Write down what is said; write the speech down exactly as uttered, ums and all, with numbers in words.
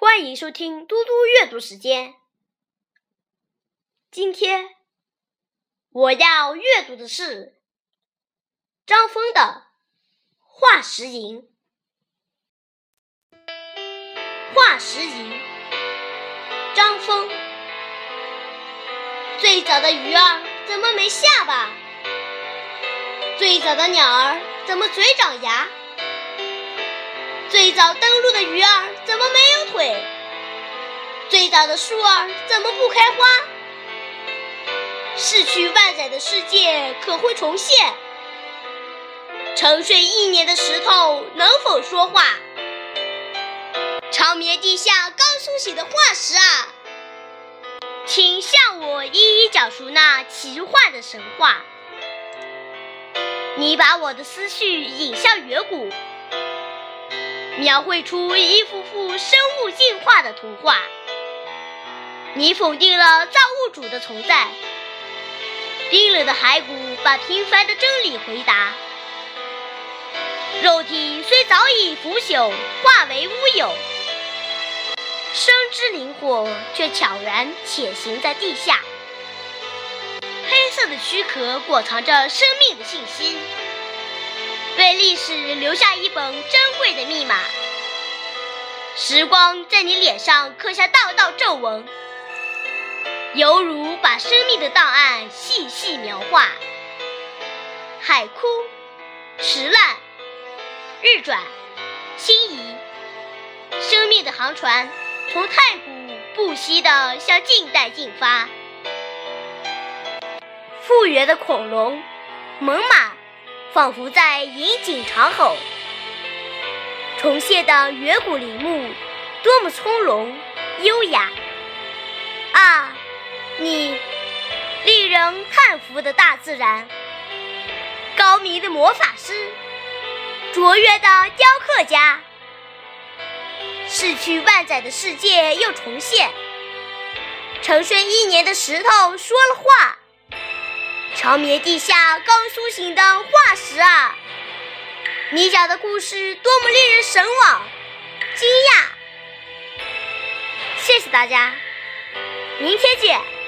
欢迎收听嘟嘟阅读时间。今天我要阅读的是张峰的《画石吟》。画石吟，张峰。最早的鱼儿怎么没下巴？最早的鸟儿怎么嘴长牙？最早登陆的鱼儿怎么没有腿？最早的树儿怎么不开花？逝去万载的世界可会重现？沉睡一年的石头能否说话？长眠地下刚苏醒的化石啊，请向我一一讲述那奇幻的神话。你把我的思绪引向远古，描绘出一幅幅生物进化的图画。你否定了造物主的存在，冰冷的骸骨把平凡的真理回答。肉体虽早已腐朽，化为乌有，生之灵火却悄然潜行在地下。黑色的躯壳裹藏着生命的信息，为历史留下一本珍贵的密码。时光在你脸上刻下道道皱纹，犹如把生命的档案细细描画。海枯石烂，日转星移，生命的航船从太古不息地向近代进发。复原的恐龙猛犸仿佛在引颈长吼，重现的远古陵墓多么从容优雅啊！你令人叹服的大自然，高明的魔法师，卓越的雕刻家，逝去万载的世界又重现。沉睡一年的石头说了话，长眠地下刚苏醒的化石啊，你讲的故事多么令人神往惊讶。谢谢大家，明天见。